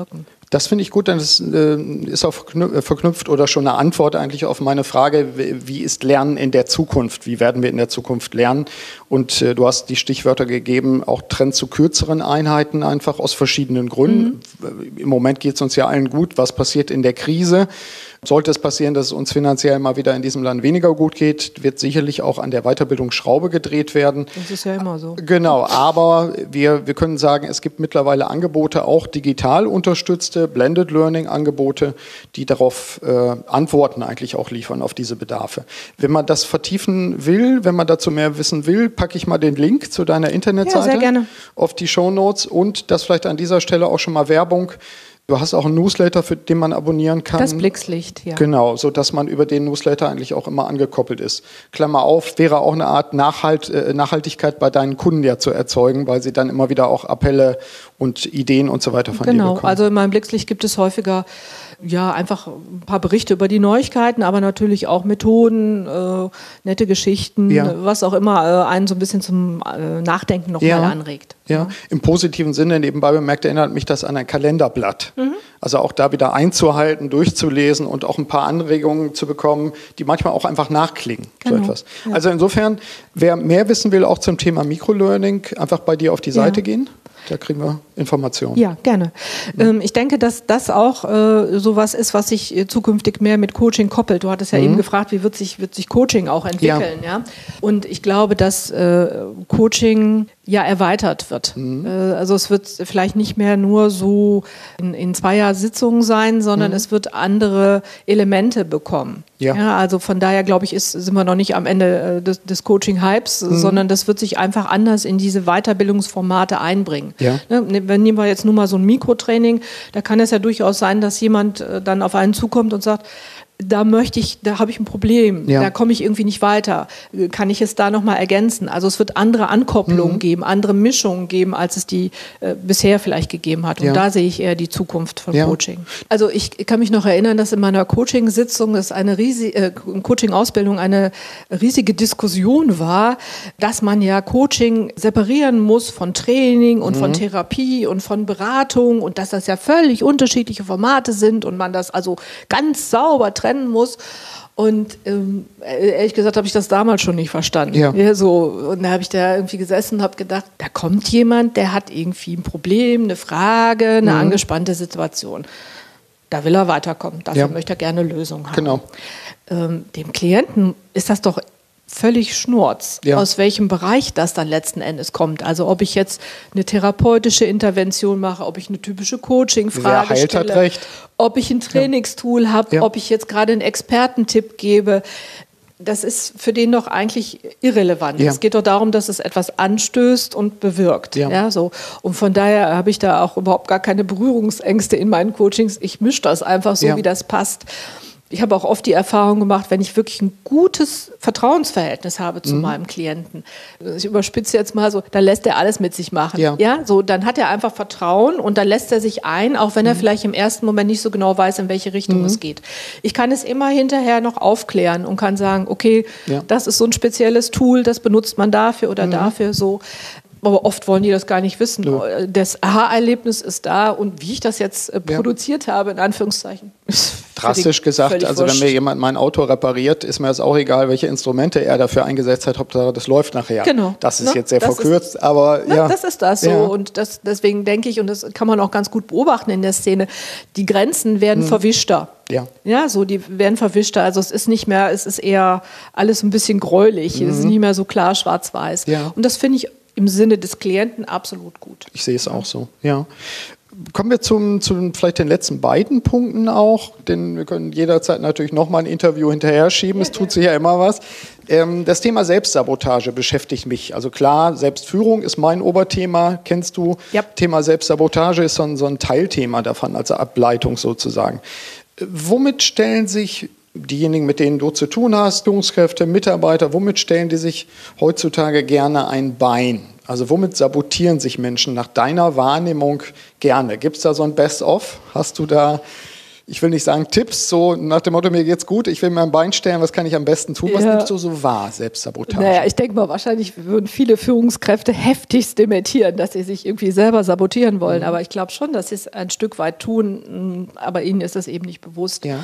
Das finde ich gut, denn das ist auch verknüpft oder schon eine Antwort eigentlich auf meine Frage, wie ist Lernen in der Zukunft? Wie werden wir in der Zukunft lernen? Und du hast die Stichwörter gegeben, auch Trend zu kürzeren Einheiten, einfach aus verschiedenen Gründen. Im Moment geht es uns ja allen gut. Was passiert in der Krise? Sollte es passieren, dass es uns finanziell mal wieder in diesem Land weniger gut geht, wird sicherlich auch an der Weiterbildung Schraube gedreht werden. Das ist ja immer so. Genau, aber wir können sagen, es gibt mittlerweile Angebote, auch digital unterstützte, Blended Learning Angebote, die darauf Antworten eigentlich auch liefern, auf diese Bedarfe. Wenn man das vertiefen will, wenn man dazu mehr wissen will, packe ich mal den Link zu deiner Internetseite sehr gerne auf die Shownotes und das vielleicht an dieser Stelle auch schon mal Werbung. Du hast auch einen Newsletter, für den man abonnieren kann. Das Blitzlicht, ja. Genau, sodass man über den Newsletter eigentlich auch immer angekoppelt ist. Klammer auf, wäre auch eine Art Nachhaltigkeit bei deinen Kunden ja zu erzeugen, weil sie dann immer wieder auch Appelle und Ideen und so weiter von dir bekommen. Genau, also in meinem Blitzlicht gibt es häufiger einfach ein paar Berichte über die Neuigkeiten, aber natürlich auch Methoden, nette Geschichten, was auch immer einen so ein bisschen zum Nachdenken nochmal anregt. Ja, im positiven Sinne nebenbei bemerkt, erinnert mich das an ein Kalenderblatt. Also auch da wieder einzuhalten, durchzulesen und auch ein paar Anregungen zu bekommen, die manchmal auch einfach nachklingen. Genau. So etwas. Ja. Also insofern, wer mehr wissen will, auch zum Thema Microlearning, einfach bei dir auf die Seite gehen. Da kriegen wir Informationen. Ja, gerne. Ich denke, dass das auch sowas ist, was sich zukünftig mehr mit Coaching koppelt. Du hattest ja eben gefragt, wie wird sich Coaching auch entwickeln. Ja? Und ich glaube, dass Coaching erweitert wird. Also es wird vielleicht nicht mehr nur so in Zweier-Sitzungen sein, sondern es wird andere Elemente bekommen. Ja, also von daher, glaube ich, sind wir noch nicht am Ende des Coaching-Hypes, sondern das wird sich einfach anders in diese Weiterbildungsformate einbringen. Ja. Nehmen wir jetzt nur mal so ein Mikrotraining, da kann es ja durchaus sein, dass jemand dann auf einen zukommt und sagt, da habe ich ein Problem, da komme ich irgendwie nicht weiter. Kann ich es da nochmal ergänzen? Also es wird andere Ankopplungen geben, andere Mischungen geben, als es die bisher vielleicht gegeben hat. Und da sehe ich eher die Zukunft von Coaching. Also ich kann mich noch erinnern, dass in meiner Coaching-Sitzung, Coaching-Ausbildung eine riesige Diskussion war, dass man ja Coaching separieren muss von Training und von Therapie und von Beratung und dass das ja völlig unterschiedliche Formate sind und man das also ganz sauber trennen muss. Und ehrlich gesagt habe ich das damals schon nicht verstanden. Und da habe ich da irgendwie gesessen und habe gedacht, da kommt jemand, der hat irgendwie ein Problem, eine Frage, eine angespannte Situation. Da will er weiterkommen, dafür möchte er gerne Lösungen haben. Genau. Dem Klienten ist das doch völlig Schnurz, aus welchem Bereich das dann letzten Endes kommt. Also ob ich jetzt eine therapeutische Intervention mache, ob ich eine typische Coaching-Frage stelle, ob ich ein Trainingstool habe, ob ich jetzt gerade einen Expertentipp gebe. Das ist für den doch eigentlich irrelevant. Es geht doch darum, dass es etwas anstößt und bewirkt. Und von daher habe ich da auch überhaupt gar keine Berührungsängste in meinen Coachings. Ich mische das einfach so, wie das passt. Ich habe auch oft die Erfahrung gemacht, wenn ich wirklich ein gutes Vertrauensverhältnis habe zu meinem Klienten, ich überspitze jetzt mal so, dann lässt er alles mit sich machen. Dann hat er einfach Vertrauen und dann lässt er sich ein, auch wenn er vielleicht im ersten Moment nicht so genau weiß, in welche Richtung es geht. Ich kann es immer hinterher noch aufklären und kann sagen, okay, das ist so ein spezielles Tool, das benutzt man dafür oder dafür so. Aber oft wollen die das gar nicht wissen. Das Aha-Erlebnis ist da und wie ich das jetzt produziert habe, in Anführungszeichen. Drastisch gesagt, also wenn mir jemand mein Auto repariert, ist mir das auch egal, welche Instrumente er dafür eingesetzt hat, Hauptsache das läuft nachher. Genau. Das ist jetzt sehr verkürzt, aber das ist das so und deswegen denke ich, und das kann man auch ganz gut beobachten in der Szene, die Grenzen werden verwischter. Die werden verwischter. Also es ist nicht mehr, es ist eher alles ein bisschen gräulich. Es ist nicht mehr so klar schwarz-weiß. Und das finde ich im Sinne des Klienten absolut gut. Ich sehe es auch so, Kommen wir zu vielleicht den letzten beiden Punkten auch, denn wir können jederzeit natürlich nochmal ein Interview hinterher schieben, es tut sich ja immer was. Das Thema Selbstsabotage beschäftigt mich. Also klar, Selbstführung ist mein Oberthema, kennst du. Thema Selbstsabotage ist so ein Teilthema davon, also Ableitung sozusagen. Womit stellen sich diejenigen, mit denen du zu tun hast, Führungskräfte, Mitarbeiter, womit stellen die sich heutzutage gerne ein Bein? Also womit sabotieren sich Menschen nach deiner Wahrnehmung gerne? Gibt es da so ein Best-of? Hast du da ich will nicht sagen Tipps, so nach dem Motto, mir geht's gut, ich will mir ein Bein stellen, was kann ich am besten tun? Was nimmst du so wahr, Selbstsabotage? Naja, ich denke mal, wahrscheinlich würden viele Führungskräfte heftigst dementieren, dass sie sich irgendwie selber sabotieren wollen. Aber ich glaube schon, dass sie es ein Stück weit tun, aber ihnen ist das eben nicht bewusst. Ja.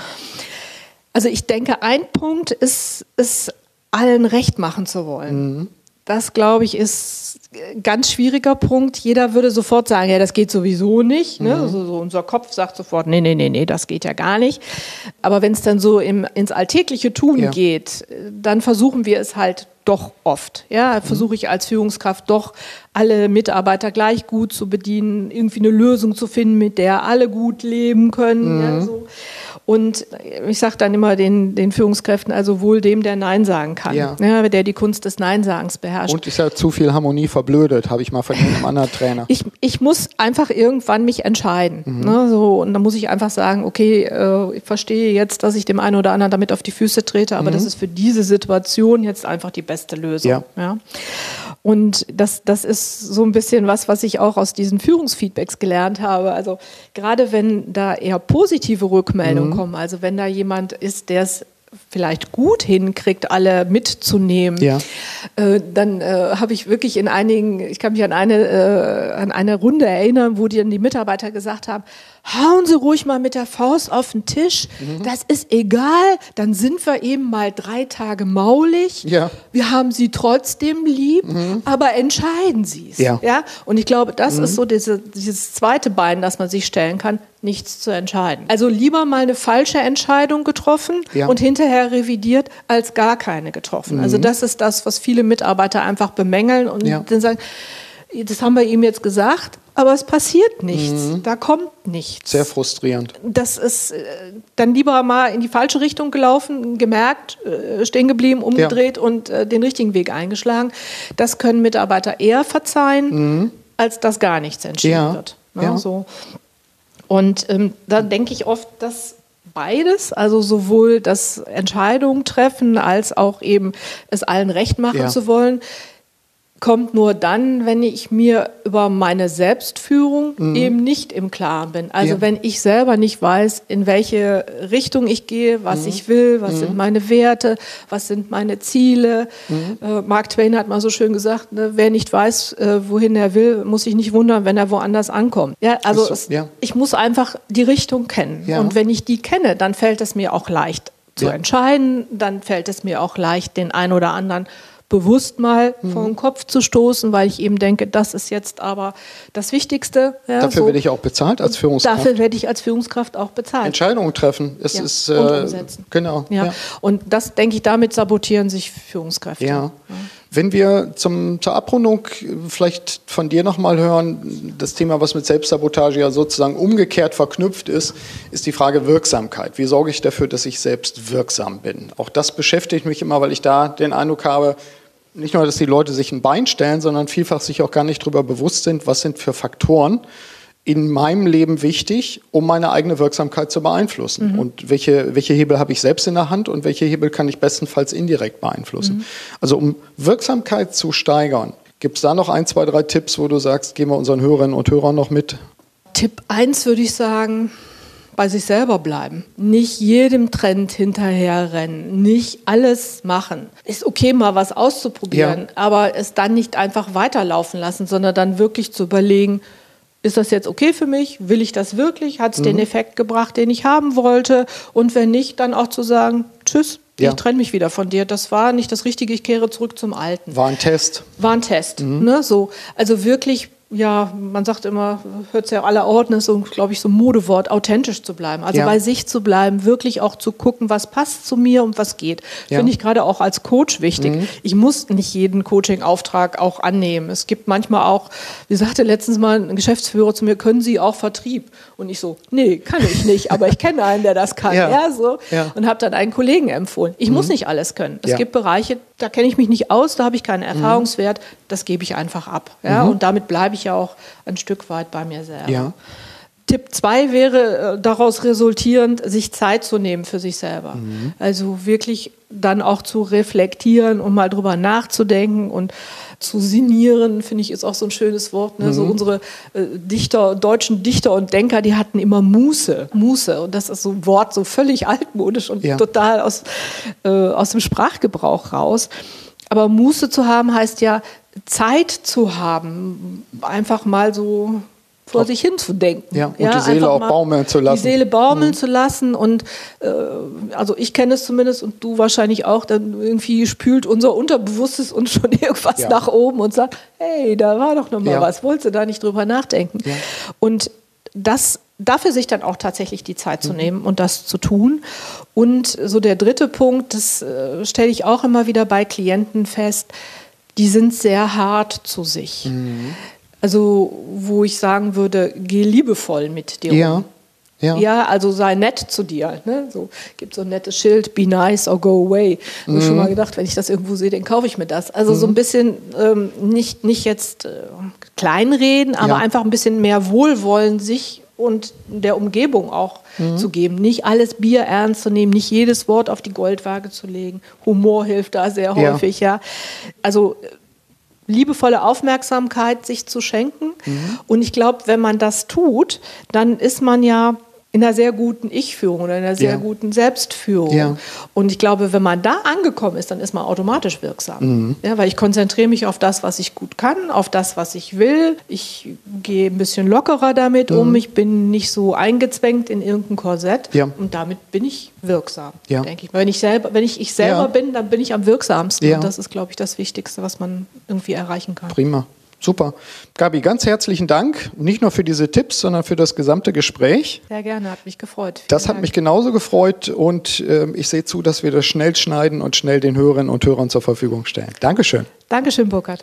Also ich denke, ein Punkt ist, es allen recht machen zu wollen. Das, glaube ich, ist ein ganz schwieriger Punkt. Jeder würde sofort sagen, ja, das geht sowieso nicht. Ne? Also so unser Kopf sagt sofort, nee, das geht ja gar nicht. Aber wenn es dann so ins alltägliche Tun geht, dann versuchen wir es halt doch oft. Ja, versuche ich als Führungskraft doch alle Mitarbeiter gleich gut zu bedienen, irgendwie eine Lösung zu finden, mit der alle gut leben können. Ja, so. Und ich sage dann immer den Führungskräften, also wohl dem, der Nein sagen kann, der die Kunst des Nein-Sagens beherrscht. Und ist ja zu viel Harmonie verblödet, habe ich mal von einem anderen Trainer. Ich muss einfach irgendwann mich entscheiden. Ne, so, und dann muss ich einfach sagen, okay, ich verstehe jetzt, dass ich dem einen oder anderen damit auf die Füße trete, aber das ist für diese Situation jetzt einfach die beste Lösung. Ja. Und das ist so ein bisschen was ich auch aus diesen Führungsfeedbacks gelernt habe. Also gerade wenn da eher positive Rückmeldungen kommen, also wenn da jemand ist, der es vielleicht gut hinkriegt, alle mitzunehmen, dann habe ich wirklich ich kann mich an eine Runde erinnern, wo die Mitarbeiter gesagt haben, hauen Sie ruhig mal mit der Faust auf den Tisch, das ist egal, dann sind wir eben mal 3 Tage maulig, wir haben Sie trotzdem lieb, aber entscheiden Sie es. Ja? Und ich glaube, das ist so dieses zweite Bein, das man sich stellen kann, nichts zu entscheiden. Also lieber mal eine falsche Entscheidung getroffen und hinterher revidiert, als gar keine getroffen. Also das ist das, was viele Mitarbeiter einfach bemängeln und dann sagen, das haben wir ihm jetzt gesagt, aber es passiert nichts, da kommt nichts. Sehr frustrierend. Das ist dann lieber mal in die falsche Richtung gelaufen, gemerkt, stehen geblieben, umgedreht und den richtigen Weg eingeschlagen. Das können Mitarbeiter eher verzeihen, als dass gar nichts entschieden wird. So. Und da denke ich oft, dass beides, also sowohl das Entscheidungen treffen, als auch eben es allen recht machen zu wollen, kommt nur dann, wenn ich mir über meine Selbstführung eben nicht im Klaren bin. Also wenn ich selber nicht weiß, in welche Richtung ich gehe, was ich will, was sind meine Werte, was sind meine Ziele. Mark Twain hat mal so schön gesagt, ne, wer nicht weiß, wohin er will, muss sich nicht wundern, wenn er woanders ankommt. Ja, also ich muss einfach die Richtung kennen. Ja. Und wenn ich die kenne, dann fällt es mir auch leicht zu entscheiden, dann fällt es mir auch leicht, den einen oder anderen bewusst mal vor den Kopf zu stoßen, weil ich eben denke, das ist jetzt aber das Wichtigste. Ja, dafür werde ich auch bezahlt als Führungskraft. Dafür werde ich als Führungskraft auch bezahlt. Entscheidungen treffen. Und umsetzen. Genau. Ja. Und das, denke ich, damit sabotieren sich Führungskräfte. Ja. Wenn wir zur Abrundung vielleicht von dir nochmal hören, das Thema, was mit Selbstsabotage ja sozusagen umgekehrt verknüpft ist die Frage Wirksamkeit. Wie sorge ich dafür, dass ich selbst wirksam bin? Auch das beschäftigt mich immer, weil ich da den Eindruck habe, nicht nur, dass die Leute sich ein Bein stellen, sondern vielfach sich auch gar nicht darüber bewusst sind, was sind für Faktoren in meinem Leben wichtig, um meine eigene Wirksamkeit zu beeinflussen. Und welche Hebel habe ich selbst in der Hand und welche Hebel kann ich bestenfalls indirekt beeinflussen. Also um Wirksamkeit zu steigern, gibt es da noch 1, 2, 3 Tipps, wo du sagst, geben wir unseren Hörerinnen und Hörern noch mit? Tipp 1 würde ich sagen, bei sich selber bleiben. Nicht jedem Trend hinterherrennen, nicht alles machen. Ist okay, mal was auszuprobieren, aber es dann nicht einfach weiterlaufen lassen, sondern dann wirklich zu überlegen, ist das jetzt okay für mich? Will ich das wirklich? Hat es den Effekt gebracht, den ich haben wollte? Und wenn nicht, dann auch zu sagen, tschüss, ich trenne mich wieder von dir. Das war nicht das Richtige, ich kehre zurück zum Alten. War ein Test. Ne, so. Also wirklich, ja, man sagt immer, hört es ja allerorten, ist so, glaube ich, so ein Modewort, authentisch zu bleiben. Also bei sich zu bleiben, wirklich auch zu gucken, was passt zu mir und was geht. Finde ich gerade auch als Coach wichtig. Ich muss nicht jeden Coaching-Auftrag auch annehmen. Es gibt manchmal auch, wie sagte letztens mal ein Geschäftsführer zu mir, können Sie auch Vertrieb? Und ich so, nee, kann ich nicht, aber ich kenne einen, der das kann. Und habe dann einen Kollegen empfohlen. Ich muss nicht alles können. Es gibt Bereiche, da kenne ich mich nicht aus, da habe ich keinen Erfahrungswert, das gebe ich einfach ab. Ja? Und damit bleibe ich ja auch ein Stück weit bei mir selber. Ja. Tipp 2 wäre daraus resultierend, sich Zeit zu nehmen für sich selber. Also wirklich dann auch zu reflektieren und mal drüber nachzudenken und zu sinnieren, finde ich, ist auch so ein schönes Wort. Ne? So unsere deutschen Dichter und Denker, die hatten immer Muße. Und das ist so ein Wort, so völlig altmodisch und total aus dem Sprachgebrauch raus. Aber Muße zu haben heißt ja, Zeit zu haben, einfach mal so vor sich hin zu denken. Ja, und die Seele auch baumeln zu lassen. Die Seele baumeln zu lassen und also ich kenne es zumindest und du wahrscheinlich auch, dann irgendwie spült unser Unterbewusstes uns schon irgendwas nach oben und sagt, hey, da war doch noch mal was, wolltest du da nicht drüber nachdenken? Ja. Und dafür sich dann auch tatsächlich die Zeit zu nehmen und das zu tun. Und so der dritte Punkt, das stelle ich auch immer wieder bei Klienten fest, die sind sehr hart zu sich. Also wo ich sagen würde, geh liebevoll mit dir um. Ja, also sei nett zu dir. Ne? So, gibt so ein nettes Schild, be nice or go away. Habe ich schon mal gedacht, wenn ich das irgendwo sehe, dann kaufe ich mir das. Also so ein bisschen nicht jetzt kleinreden, aber einfach ein bisschen mehr Wohlwollen sich und der Umgebung auch zu geben. Nicht alles Bier ernst zu nehmen, nicht jedes Wort auf die Goldwaage zu legen. Humor hilft da sehr häufig, Also liebevolle Aufmerksamkeit sich zu schenken. Und ich glaube, wenn man das tut, dann ist man ja in einer sehr guten Ich-Führung oder in einer sehr guten Selbstführung. Ja. Und ich glaube, wenn man da angekommen ist, dann ist man automatisch wirksam. Ja, weil ich konzentriere mich auf das, was ich gut kann, auf das, was ich will. Ich gehe ein bisschen lockerer damit um. Ich bin nicht so eingezwängt in irgendein Korsett. Ja. Und damit bin ich wirksam, denke ich. Wenn ich selber bin, dann bin ich am wirksamsten. Und das ist, glaube ich, das Wichtigste, was man irgendwie erreichen kann. Prima. Super. Gabi, ganz herzlichen Dank, nicht nur für diese Tipps, sondern für das gesamte Gespräch. Sehr gerne, hat mich gefreut. Das hat mich genauso gefreut und ich sehe zu, dass wir das schnell schneiden und schnell den Hörerinnen und Hörern zur Verfügung stellen. Dankeschön. Dankeschön, Burkhard.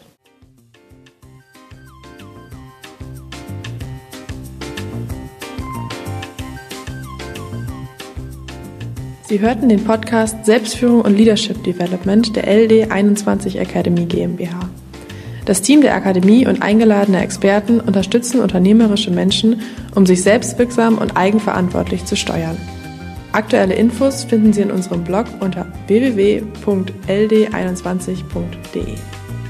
Sie hörten den Podcast Selbstführung und Leadership Development der LD21 Academy GmbH. Das Team der Akademie und eingeladene Experten unterstützen unternehmerische Menschen, um sich selbstwirksam und eigenverantwortlich zu steuern. Aktuelle Infos finden Sie in unserem Blog unter www.ld21.de.